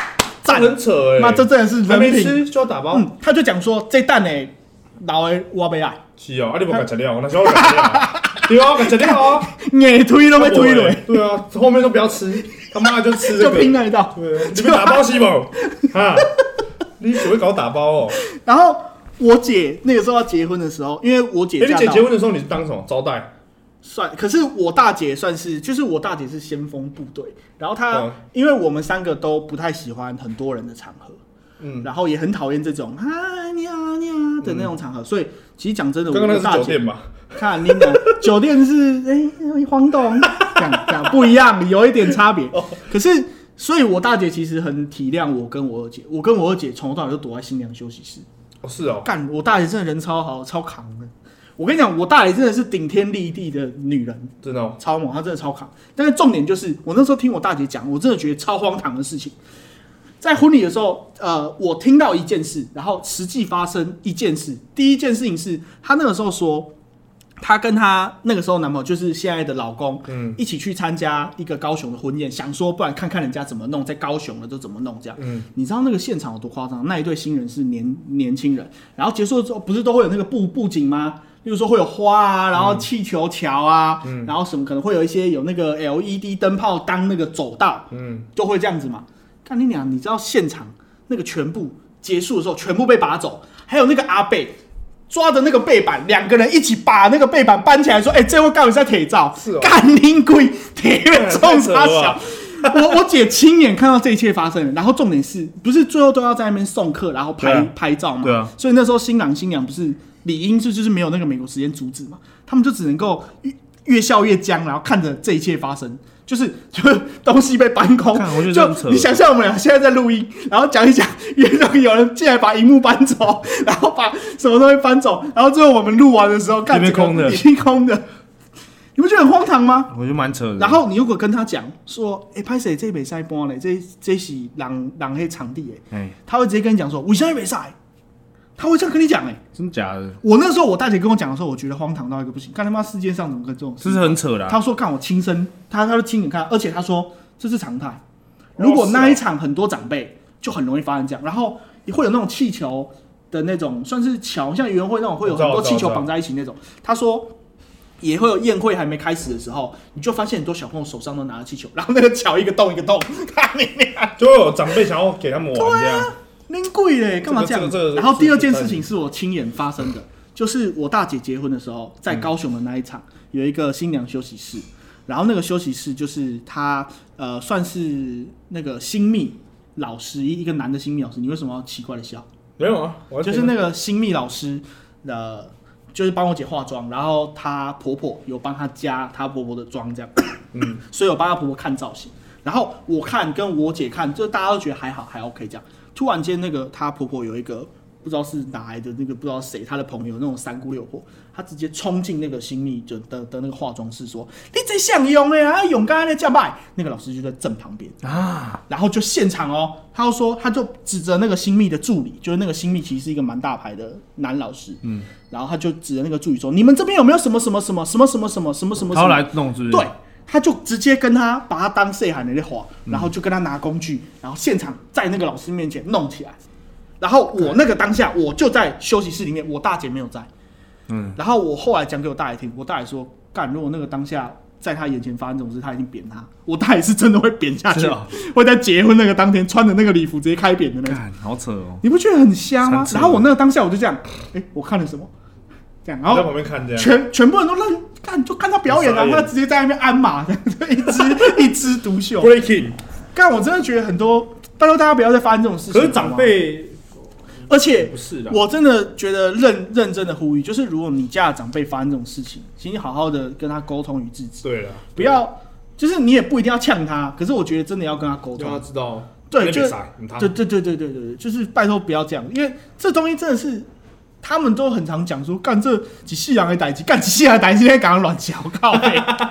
赞， 很扯哎、欸， 那这真的是人品，还没吃就要打包。 嗯，他就讲说这蛋呢，老的我不爱。 是哦，啊你无甲吃了，那时候我甲吃了，对啊，甲吃了啊， 硬推都被推了。 对啊，后面都不要吃，他妈就吃这个， 就拼那一道。 对啊，你们打包是不？啊，你只会搞打包哦。 然后我姐那个时候要结婚的时候，因为我姐， 哎、欸，你姐结婚的时候你是当什么招待？ 算，可是我大姐算是，就是我大姐是先锋部队，然后她、嗯，因为我们三个都不太喜欢很多人的场合。嗯，然后也很讨厌这种嗨你好你好的那种场合，嗯、所以其实讲真的， 刚刚那是酒店吧？ 看你呢，酒店是哎、欸、晃动，这样这样不一样，有一点差别。哦、可是，所以我大姐其实很体谅我跟我二姐，我跟我二姐从头到尾都躲在新娘休息室。 哦，是哦， 干我大姐真的人超好，超扛的。我跟你讲，我大姐真的是顶天立地的女人， 真的、哦、 超猛，她真的超扛。但是重点就是，我那时候听我大姐讲，我真的觉得超荒唐的事情。在婚礼的时候，呃，我听到一件事，然后实际发生一件事。第一件事情是，她那个时候说，她跟她那个时候男朋友，就是现在的老公，嗯，一起去参加一个高雄的婚宴，想说不然看看人家怎么弄，在高雄的都怎么弄这样。嗯，你知道那个现场有多夸张？那一对新人是年年轻人，然后结束之后，不是都会有那个布布景吗？例如说会有花啊，然后气球桥啊，嗯、然后什么可能会有一些有那个 L E D 灯泡当那个走道，嗯，就会这样子嘛。看你俩，你知道现场那个全部结束的时候，全部被拔走，还有那个阿伯抓着那个背板，两个人一起把那个背板搬起来，说：“哎、欸，这会干一下铁照，干你鬼，铁被冲他小。”我我姐亲眼看到这一切发生，然后重点是不是最后都要在那边送客，然后拍、啊、拍照嘛？对啊。所以那时候新郎新娘不是理应是就是没有那个美国时间阻止嘛，他们就只能够越, 越笑越僵，然后看着这一切发生。就是就是东西被搬空，就你想象我们俩现在在录音，然后讲一讲，有人进来把荧幕搬走，然后把什么东西搬走，然后最后我们录完的时候，看这边空的， 已经空的，你不觉得很荒唐吗？ 我觉得蛮扯的。 然后你如果跟他讲说，哎、欸，拍谁这没赛搬嘞，这这是人人黑场地哎，他会直接跟你讲说，为什么没赛？他会这样跟你讲哎、欸， 真假的？ 我那时候我大姐跟我讲的时候，我觉得荒唐到一个不行。看他妈世界上怎么跟这种事， 这是很扯的、啊。 他说看我亲身，他他说亲眼看，而且他说这是常态。如果那一场很多长辈，就很容易发生这样。然后也会有那种气球的那种，算是桥，像园会那种会有很多气球绑在一起那种。他说也会有宴会还没开始的时候，你就发现很多小朋友手上都拿着气球，然后那个桥一个洞一个洞， 就有长辈想要给他们玩这样。 拎贵嘞，干嘛这样？ 这个这个、 然后第二件事情是我亲眼发生的，就是我大姐结婚的时候，在高雄的那一场，有一个新娘休息室，然后那个休息室就是她呃算是那个新秘老师，一个男的新秘老师。你为什么要奇怪的笑？ 没有啊， 就是那个新秘老师的，就是帮我姐化妆，然后她婆婆有帮她加她婆婆的妆这样，嗯，所以我帮她婆婆看造型，然后我看跟我姐看，就大家都觉得还好，还 OK 这样。突然间，那个她婆婆有一个不知道是哪来的那个不知道谁，她的朋友那种三姑六婆，她直接冲进那个新秘的的的那个化妆室说：“你这想用的啊，用刚才那叫卖。”那个老师就在正旁边啊，然后就现场哦，他就说，他就指着那个新秘的助理，就是那个新秘其实是一个蛮大牌的男老师，嗯，然后他就指着那个助理说：“你们这边有没有什么什么什么什么什么什么什么什么？” 他要来弄是不是？ 对。他就直接跟他把他当细汉的在画，然后就跟他拿工具，然后现场在那个老师面前弄起来。然后我那个当下我就在休息室里面，我大姐没有在。嗯，然后我后来讲给我大姐听，我大姐说：“干，如果那个当下在他眼前发生这种事，他一定扁他。”我大姐是真的会扁下去，哦、会在结婚那个当天穿着那个礼服直接开扁的那种。 好扯哦！ 你不觉得很瞎吗？然后我那个当下我就这样，哎、欸，我看了什么？这样，然后在旁边看这样， 全全部人都愣看，就看他表演，然后他直接在那边鞍马，一枝一枝独秀。 Breaking， 干，我真的觉得很多，拜托大家不要再发生这种事情。 可是长辈， 而且不是的， 我真的觉得认认真的呼吁，就是如果你家的长辈发生这种事情，请你好好的跟他沟通与制止。 对了， 不要，就是你也不一定要呛他，可是我觉得真的要跟他沟通， 让他知道， 对，就对对对对对对，就是拜托不要这样，因为这东西真的是。他们都很常讲说，干这几世人的代志，干几世人的代志，现在赶快乱讲，靠背，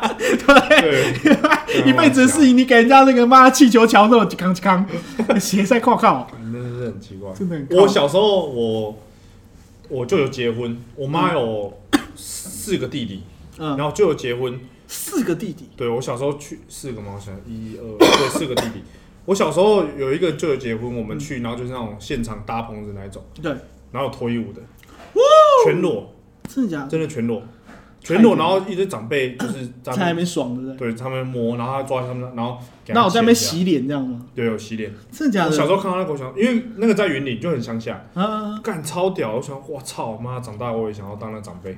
对，一辈子的事情，你给人家那个妈气球桥那种一康一康，斜在靠靠， 真的是很奇怪， 真的很。 我小时候我我就有结婚，我妈有四个弟弟，嗯，然后就有结婚， 四个弟弟， 对我小时候去四个吗？我想一二，对，四个弟弟。 我小时候有一个舅舅结婚，我们去，然后就是那种现场搭棚子那一种， 对， 然后有脱衣舞的，全裸， 真的假的？ 真的全裸。全裸，然后一堆长辈就是在那边爽，对不对？ 对，他们摸，然后他抓他们，然后那我在那边洗脸这样吗？ 对，有洗脸。 真的假的？ 我小时候看到那个，我想，因为那个在云林就很乡下，啊，干超屌！我想，我操妈，长大我也想要当那长辈。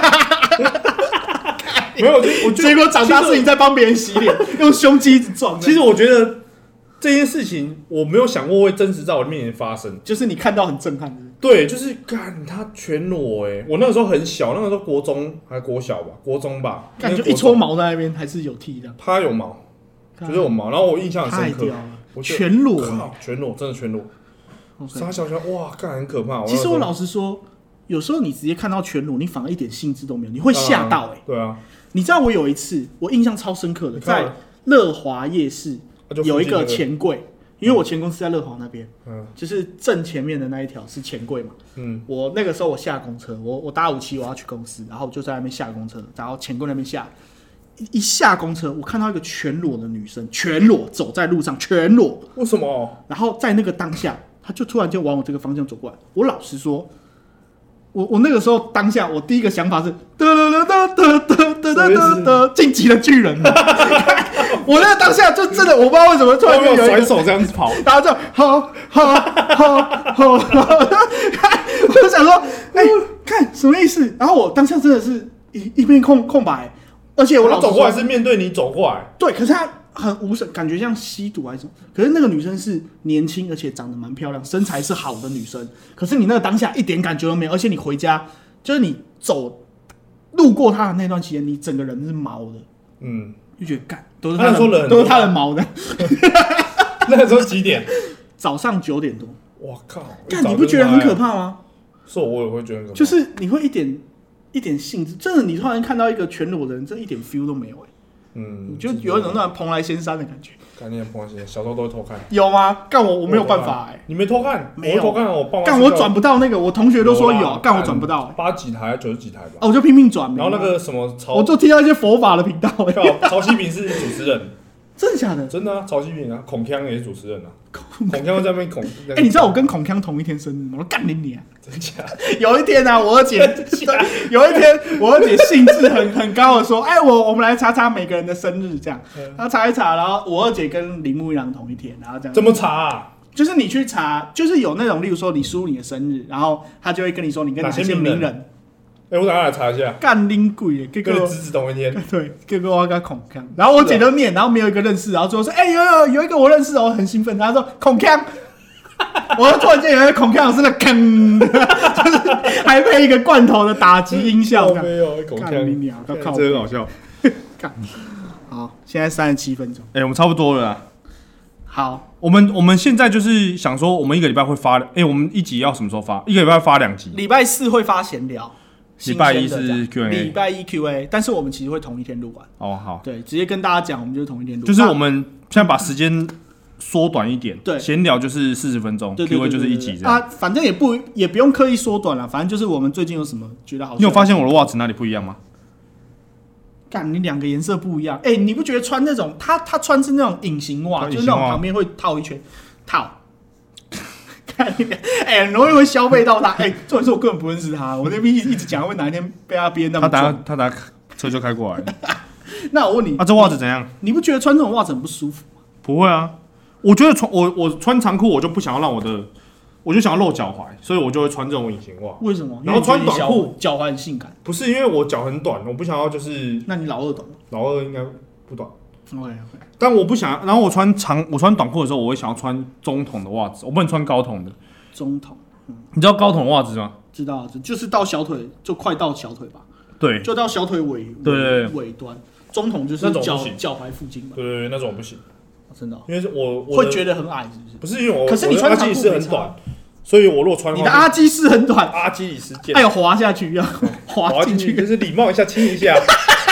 没有，我结果长大是你在帮别人洗脸，用胸肌一直撞。 其实我觉得这件事情我没有想过会真实在我的面前发生， 就是你看到很震撼的。 对，就是干他全裸哎、欸！我那个时候很小，那个时候国中还国小吧，国中吧， 感觉一撮毛在那边还是有剃的。 他有毛，就是有毛，然后我印象很深刻， 我全裸， 全裸，真的全裸。傻小小哇，干很可怕。 其实我老实说，有时候你直接看到全裸，你反而一点兴致都没有，你会吓到哎、欸。 对啊， 你知道我有一次，我印象超深刻的，在乐华夜市有一个钱柜。因为我前公司在乐华那边，嗯，就是正前面的那一条是钱柜嘛，嗯，我那个时候我下公车，我我搭五七我要去公司，然后我就在那边下公车，然后钱柜那边下，一, 一下公车，我看到一个全裸的女生，全裸走在路上，全裸， 为什么？ 然后在那个当下，她就突然间往我这个方向走过来，我老实说。我我那个时候当下，我第一个想法是，得得得得得得得得得，晋级的巨人。我那个当下就真的，我不知道为什么突然间有甩手这样子跑， 然后就好好好好，我就想说，哎、欸，看什么意思？然后我当下真的是一一片空空白，而且我老走过来是面对你走过来， 对，可是他很无神，感觉像吸毒还是什么。可是那个女生是年轻，而且长得蛮漂亮，身材是好的女生。可是你那个当下一点感觉都没有，而且你回家就是你走路过她的那段期间，你整个人是毛的，嗯，就觉得干都是她的，都是她的毛的。 那个时候几点？ 早上九点多。 哇靠！ 干你不觉得很可怕吗？ 是我也会觉得很可怕， 就是你会一点一点兴致，真的，你突然看到一个全裸的人，真的一点 feel 都没有哎、欸。嗯，就有一种那种蓬莱仙山的感觉。 概念蓬莱仙山，小时候都会偷看。 有吗？干我我没有办法哎、欸。 你没偷看？ 没有偷看，我爸妈干我转不到那个，我同学都说有，干我转不到、欸。 八几台九十几台吧。 哦，我就拼命转。 然后那个什么曹， 我就听到一些佛法的频道、欸。 曹西平是主持人。 真的假的？ 真的啊，曹西平啊，孔锵也是主持人啊。孔锵在那边孔，哎、 欸，你知道我跟孔锵同一天生日吗？我干你你啊！ 真假？ 有一天啊，我二姐，有一天我二姐兴致很很高的说：“哎、欸，我我们来查查每个人的生日，这样。”然后查一查，然后我二姐跟铃木一郎同一天，然后这样。 怎么查啊？ 就是你去查，就是有那种，例如说你输入你的生日，然后他就会跟你说你跟哪些名人。 哎、欸，我等下来查一下。 干拎鬼耶， 跟你侄子同一天。 对，哥哥我跟孔锵，然后我姐就念，然后没有一个认识，然后最后说，哎、欸，有有有一个我认识，我很兴奋，他说孔锵，我突然间有一个孔锵老师的锵，就是还配一个罐头的打击音效， 没有孔锵， 你鸟，这很好笑。 干，好，现在三十七分钟， 哎、欸，我们差不多了啦。 好， 我们我们现在就是想说，我们一个礼拜会发，哎、欸，我们一集要什么时候发？一个礼拜发两集， 礼拜四会发闲聊。 礼拜一是 Q and A， 礼拜一 Q and A， 但是我们其实会同一天录完。 哦，好， 对，直接跟大家讲，我们就是同一天录。 就是我们现在把时间缩短一点，对，闲聊就是四十分钟 ，Q and A 就是一集这样。 啊，反正也不也不用刻意缩短了，反正就是我们最近有什么觉得好。 你有发现我的袜子哪里不一样吗？ 干，你两个颜色不一样，哎、欸，你不觉得穿那种他他穿是那种隐形袜，就是那种旁边会套一圈套。哎、欸，很容易会消费到他。哎、欸，重点是我根本不认识他，我那边一直讲，会哪一天被他憋那么重。 他打他打车就开过来了。 那我问你， 啊，这袜子怎样？ 你不觉得穿这种袜子很不舒服吗？ 不会啊，我觉得穿我我穿长裤，我就不想要让我的，我就想要露脚踝，所以我就会穿这种隐形袜。 为什么？ 然后穿短裤， 脚踝很性感。 不是因为我脚很短，我不想要就是。 那你老二短吗？ 老二应该不短。 OK OK。 但我不想，然后我穿长，我穿短裤的时候，我会想要穿中筒的袜子，我不能穿高筒的。 中筒，嗯， 你知道高筒袜子吗？ 知道，就是到小腿，就快到小腿吧。 对， 就到小腿尾对尾端。中筒就是脚脚踝附近吧。 对对对，那种不行。 哦、真的、哦， 因为我我会觉得很矮，是不是？ 不是因为我， 可是你穿长裤是很短，所以我如果穿你的阿基是很短， 阿基里斯腱， 还有滑下去要滑进去， 就是礼貌一下亲一下。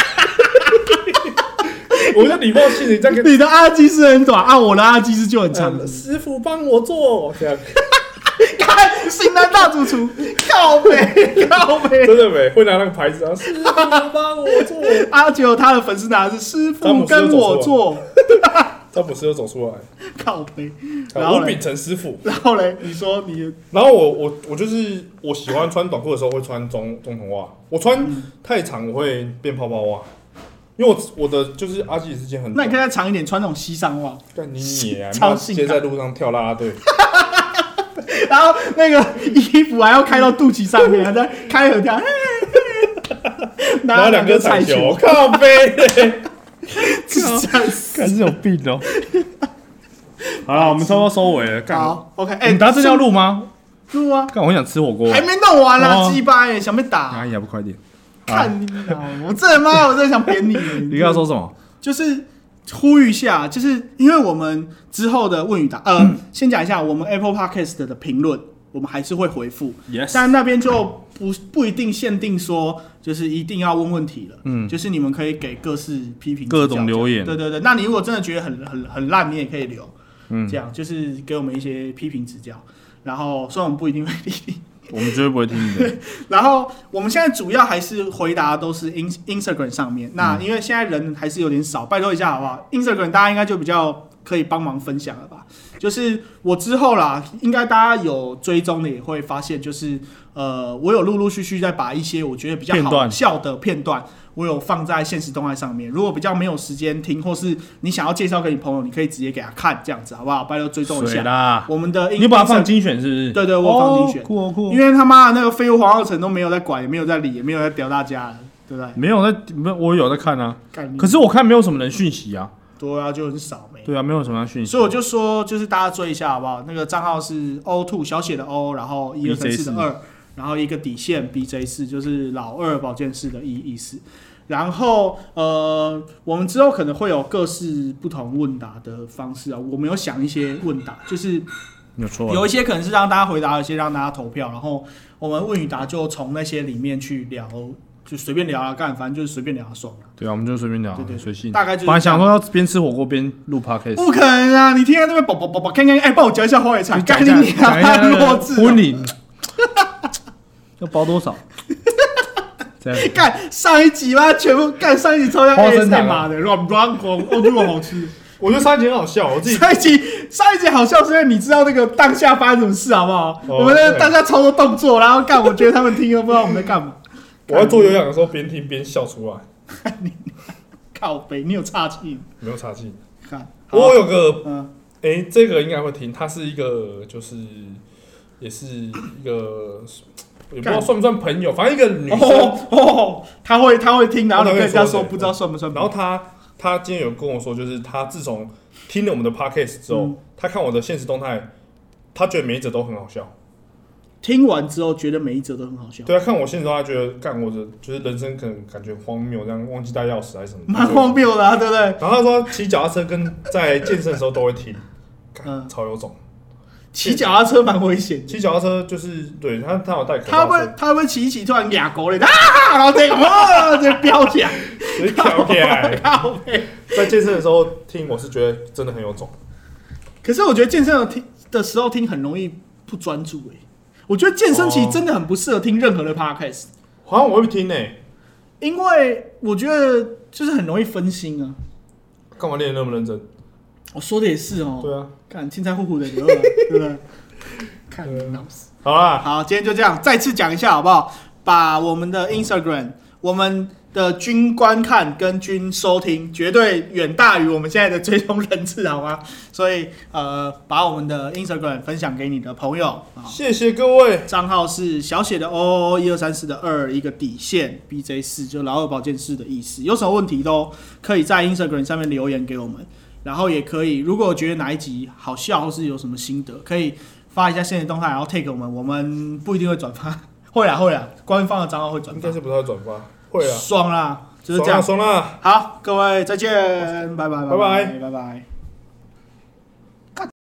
我就礼貌性的这样， 你的阿基斯很短啊，我的阿基斯就很长。 嗯、师傅帮我做这样， 看型男大主厨，靠北靠北， 真的没会拿那个牌子啊，师傅帮我做。 阿九他的粉丝拿的是师傅跟我做， 詹姆斯又走出来， 靠背。 吴秉承师傅。 然后嘞，你说你， 然后我我我就是我喜欢穿短裤的时候会穿中中筒袜，我穿太长我会变泡泡袜。因为我我的就是阿基里斯腱很短， 那你可以再长一点，穿那种西上袜。 干你你啊！超直接在路上跳啦啦队， 然后那个衣服还要开到肚脐上面，还在开合跳， 然后两个彩球，靠背， 看是有病哦。好了，我们差不多收尾了。 好 ，OK， 哎， 你打这要录吗？ 录啊！ 干，我想吃火锅， 还没弄完啦，鸡巴哎，想被打？ 哎呀，不快点！ 看你我真的妈，我真的想扁你！ 你刚刚说什么？ 就是呼吁一下，就是因为我们之后的问与答，呃，嗯、先讲一下我们 Apple Podcast 的评论，我们还是会回复， yes. 但那边就不不一定限定说就是一定要问问题了，嗯，就是你们可以给各式批评、 各种留言， 对对对。那你如果真的觉得很很很烂，你也可以留，嗯，这样就是给我们一些批评指教。然后虽然我们不一定会理你。 我们绝对不会听的。 然后我们现在主要还是回答都是 Instagram 上面，那因为现在人还是有点少，拜托一下好不好 ？Instagram 大家应该就比较可以帮忙分享了吧？就是我之后啦，应该大家有追踪的也会发现，就是呃，我有陆陆续续在把一些我觉得比较好笑的片段。我有放在限时动态上面，如果比较没有时间听，或是你想要介绍给你朋友，你可以直接给他看，这样子好不好？拜托追踪一下我们的。 你把它放精选是不是？ 对对，我有放精选，酷哦酷。 因为他妈的那个废物黄浩成都没有在管，也没有在理，也没有在屌大家了，对不对？ 没有在，我有在看啊。可是我看没有什么人讯息啊。 对啊，就很少没。 对啊，没有什么讯息。 所以我就说，就是大家追一下好不好？那个账号是 O 二 小写的 O， 然后一二三四的二，然后一个底线 B J 四，就是老二保健室的意意思。然后呃，我们之后可能会有各式不同问答的方式啊。我们有想一些问答，就是有一些可能是让大家回答，有一些让大家投票。然后我们问与答就从那些里面去聊，就随便聊啊，干反正就是随便聊爽了。 对啊，我们就随便聊， 对对， 随性。 大概就是。 本来想说要边吃火锅边录 podcast， 不可能啊！你听在那边啵啵啵啵，看看，哎，帮我教一下花野菜，干你娘，弱智！ 婚礼要包多少？ 干上一集吗？全部干上一集超像 A S M R 的软软红，哦，这么好吃。 我觉得上一集很好笑，我自己上一集上一集好笑，是因为你知道那个当下发生什么事，好不好？哦、我们那个当下超多动作，然后干，我觉得他们听都不知道我们在干嘛。 我在做有氧的时候边听边笑出来。 你靠北，你有岔气？ 没有岔气。看，我有个，嗯，哎、欸，这个应该会听，它是一个，就是也是一个。也不知道算不算朋友，反正一个女生，哦哦、他会他会听，然后你跟人家说不知道算不算。 然后他他今天有跟我说，就是他自从听了我们的 podcast 之后，嗯、他看我的现实动态，他觉得每一则都很好笑。 听完之后觉得每一则都很好笑。 对啊，看我现实动态，觉得干我的就是人生可能感觉荒谬，这样忘记带钥匙还是什么， 蛮荒谬的、啊，对不对？ 然后他说骑脚踏车跟在健身的时候都会听，嗯，超有种。 骑脚踏车蛮危险， 骑脚踏车就是对他，他有戴口罩。 他会他会骑一骑，突然哑狗嘞，啊，然后这个哇，这飙起来， 直接飙起来。在健身的时候听，我是觉得真的很有种。 可是我觉得健身的听的时候听很容易不专注哎、欸，我觉得健身其实真的很不适合听任何的 podcast。 好像我会听呢、欸， 因为我觉得就是很容易分心啊。 干嘛练得那么认真？ 我说的也是哦。 对啊， 看青菜糊糊的流了，对不对？看闹死。 好啦， 好，今天就这样，再次讲一下好不好？把我们的 Instagram， 我们的均观看跟均收听绝对远大于我们现在的追踪人次，好吗？所以呃，把我们的 Instagram 分享给你的朋友。 谢谢各位。 账号是小写的 O 一二三四的二一个底线 B J 四，就老二保健室的意思。有什么问题都可以在 Instagram 上面留言给我们。然后也可以，如果觉得哪一集好笑或是有什么心得，可以发一下现实动态，然后 tag 我们，我们不一定会转发，会啦会啦，官方的账号会转发， 应该是不太会转发，会啦， 爽啦，就是这样， 爽啦， 好，各位再见，拜拜， 拜拜， 拜拜。